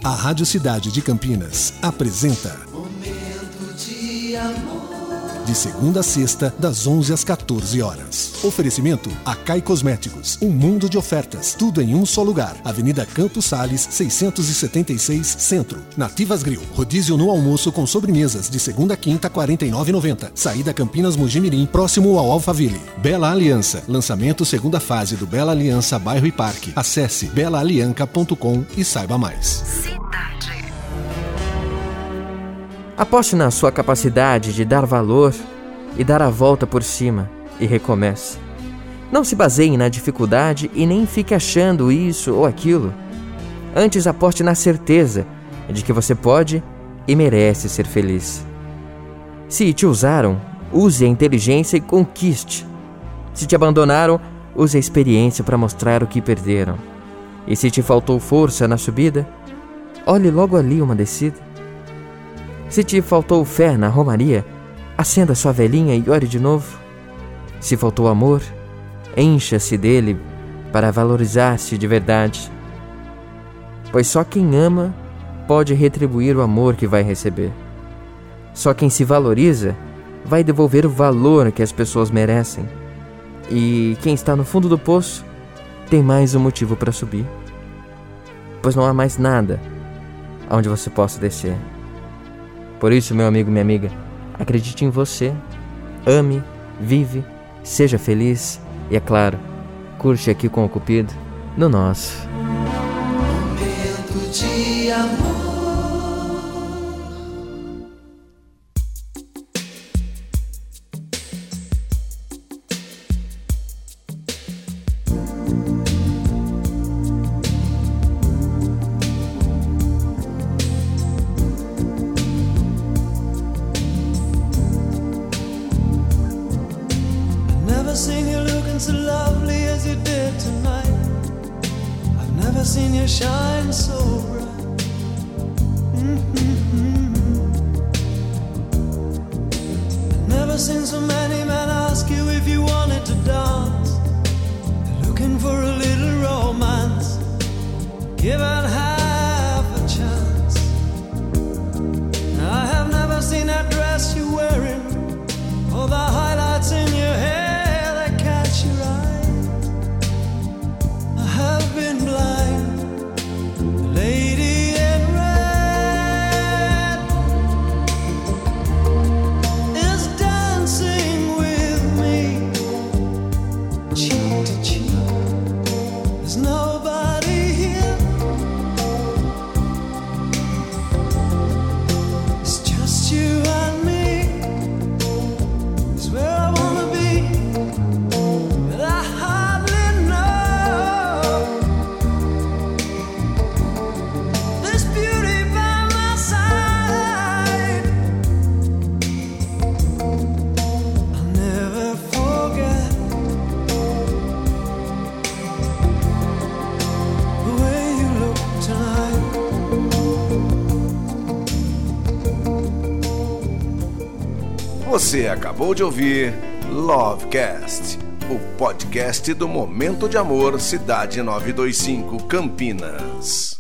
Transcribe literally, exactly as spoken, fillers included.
A Rádio Cidade de Campinas apresenta Momento de Amor. De segunda a sexta, das onze às quatorze horas. Oferecimento Acai Cosméticos, um mundo de ofertas, tudo em um só lugar. Avenida Campos Sales, seiscentos e setenta e seis, Centro. Nativas Grill, rodízio no almoço com sobremesas, de segunda a quinta, quarenta e nove reais e noventa centavos. Saída Campinas Mojimirim, próximo ao Alphaville. Bela Aliança, lançamento segunda fase do Bela Aliança Bairro e Parque. Acesse bela alianca ponto com e saiba mais. Aposte na sua capacidade de dar valor e dar a volta por cima e recomece. Não se baseie na dificuldade e nem fique achando isso ou aquilo. Antes, aposte na certeza de que você pode e merece ser feliz. Se te usaram, use a inteligência e conquiste. Se te abandonaram, use a experiência para mostrar o que perderam. E se te faltou força na subida, olhe logo ali uma descida. Se te faltou fé na romaria, acenda sua velhinha e ore de novo. Se faltou amor, encha-se dele para valorizar-se de verdade. Pois só quem ama pode retribuir o amor que vai receber. Só quem se valoriza vai devolver o valor que as pessoas merecem. E quem está no fundo do poço tem mais um motivo para subir. Pois não há mais nada aonde você possa descer. Por isso, meu amigo, minha amiga, acredite em você, ame, vive, seja feliz e, é claro, curte aqui com o Cupido no nosso Momento de Amor. Never seen you looking so lovely as you did tonight. I've never seen you shine so bright. Mm-hmm. I've never seen so many men ask you if you wanted to dance. They're looking for a little romance, given half a chance. I have never seen that dress you're wearing, or the highlights in your hair. Been blind, the lady in red is dancing with me, cheek to cheek. There's nobody here, it's just you and me. It's where I wanna be, but I hardly know. Você acabou de ouvir Lovecast, o podcast do Momento de Amor Cidade novecentos e vinte e cinco Campinas.